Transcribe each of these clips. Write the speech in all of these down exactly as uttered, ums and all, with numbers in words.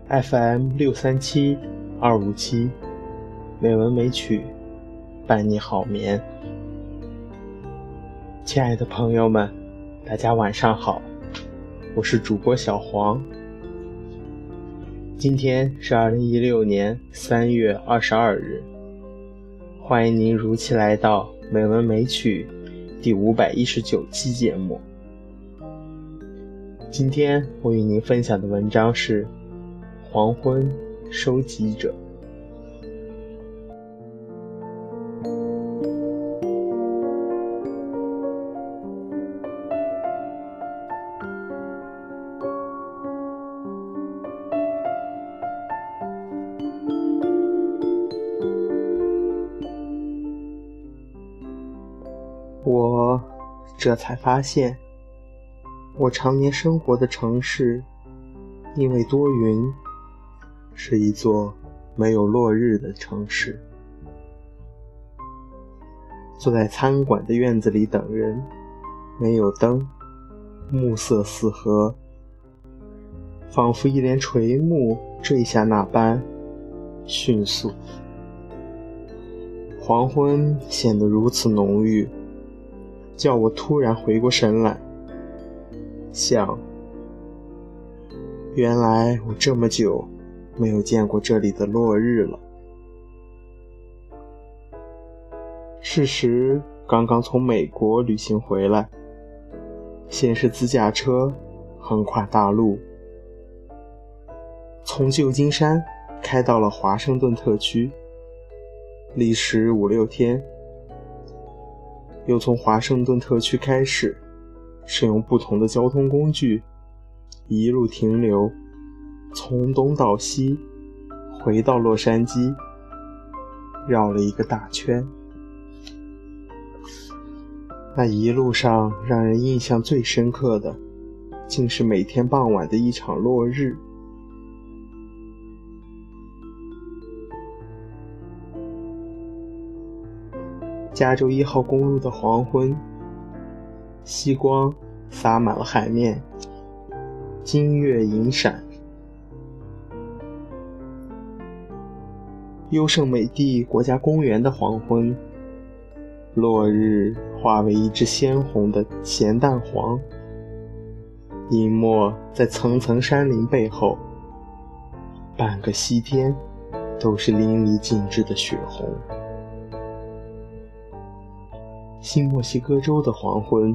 F M 六三七二五七，美文美曲，伴你好眠。亲爱的朋友们，大家晚上好，我是主播小黄。今天是二零一六年三月二十二日，欢迎您如期来到美文美曲第五百一十九期节目。今天我与您分享的文章是黄昏收集者。我这才发现，我常年生活的城市因为多云，是一座没有落日的城市。坐在餐馆的院子里等人，没有灯，暮色四合，仿佛一帘垂幕坠下那般迅速。黄昏显得如此浓郁，叫我突然回过神来，想，原来我这么久没有见过这里的落日了。事实刚刚从美国旅行回来，先是自驾车横跨大陆，从旧金山开到了华盛顿特区，历时五六天。又从华盛顿特区开始，使用不同的交通工具，一路停留，从东到西，回到洛杉矶，绕了一个大圈。那一路上让人印象最深刻的，竟是每天傍晚的一场落日。加州一号公路的黄昏，夕光洒满了海面，金月银闪。优胜美地国家公园的黄昏，落日化为一只鲜红的咸蛋黄，隐没在层层山林背后，半个西天都是淋漓尽致的血红。新墨西哥州的黄昏，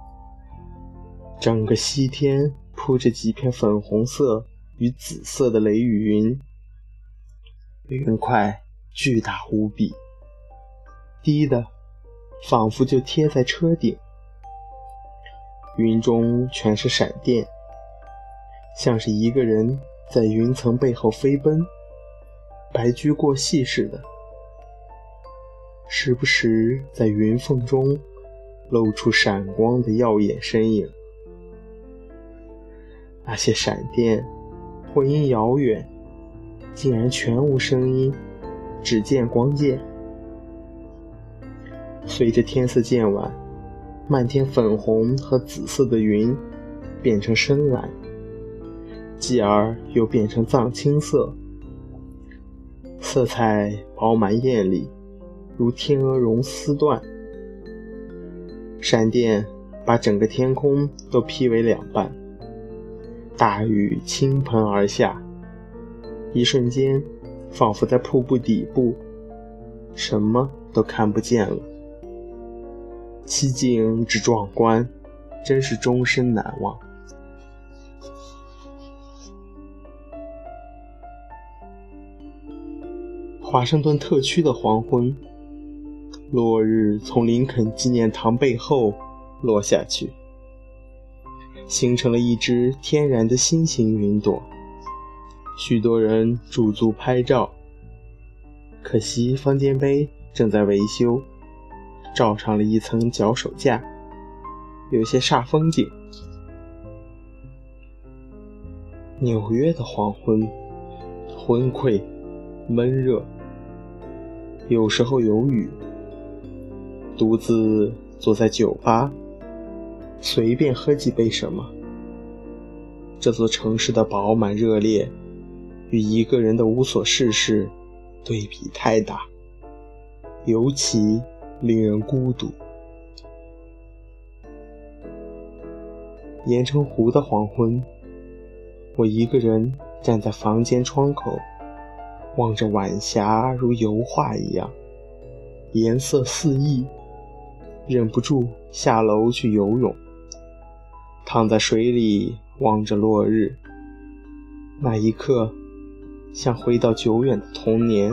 整个西天铺着几片粉红色与紫色的雷雨云，云块巨大无比，低的仿佛就贴在车顶，云中全是闪电，像是一个人在云层背后飞奔，白驹过隙似的，时不时在云缝中露出闪光的耀眼身影。那些闪电或因遥远，竟然全无声音，只见光剑。随着天色渐晚，漫天粉红和紫色的云变成深蓝，继而又变成藏青色，色彩饱满艳丽，如天鹅绒丝缎。闪电把整个天空都劈为两半，大雨倾盆而下，一瞬间仿佛在瀑布底部，什么都看不见了。奇景之壮观，真是终身难忘。华盛顿特区的黄昏，落日从林肯纪念堂背后落下去，形成了一只天然的心形云朵。许多人驻足拍照，可惜方尖碑正在维修，罩上了一层脚手架，有些煞风景。纽约的黄昏，昏聩闷热，有时候有雨。独自坐在酒吧，随便喝几杯什么。这座城市的饱满热烈， 与一个人的无所事事对比太大，尤其令人孤独。盐城湖的黄昏，我一个人站在房间窗口，望着晚霞如油画一样，颜色四溢，忍不住下楼去游泳。躺在水里望着落日，那一刻像回到久远的童年。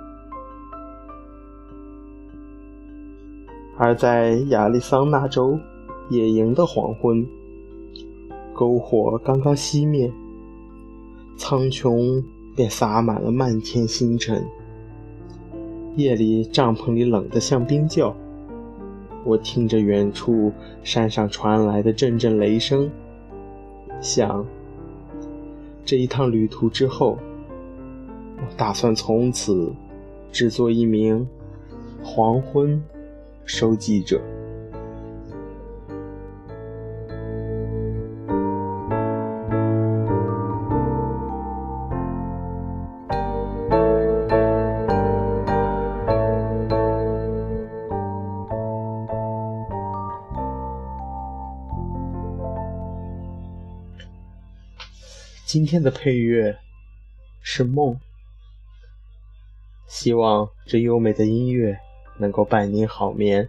而在亚利桑那州野营的黄昏，篝火刚刚熄灭，苍穹便洒满了漫天星辰。夜里帐篷里冷得像冰窖，我听着远处山上传来的阵阵雷声，想这一趟旅途之后，我打算从此只做一名黄昏收集者。今天的配乐是梦，希望这优美的音乐能够伴您好眠。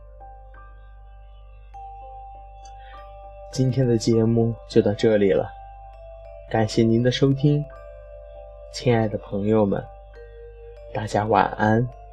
今天的节目就到这里了，感谢您的收听，亲爱的朋友们，大家晚安。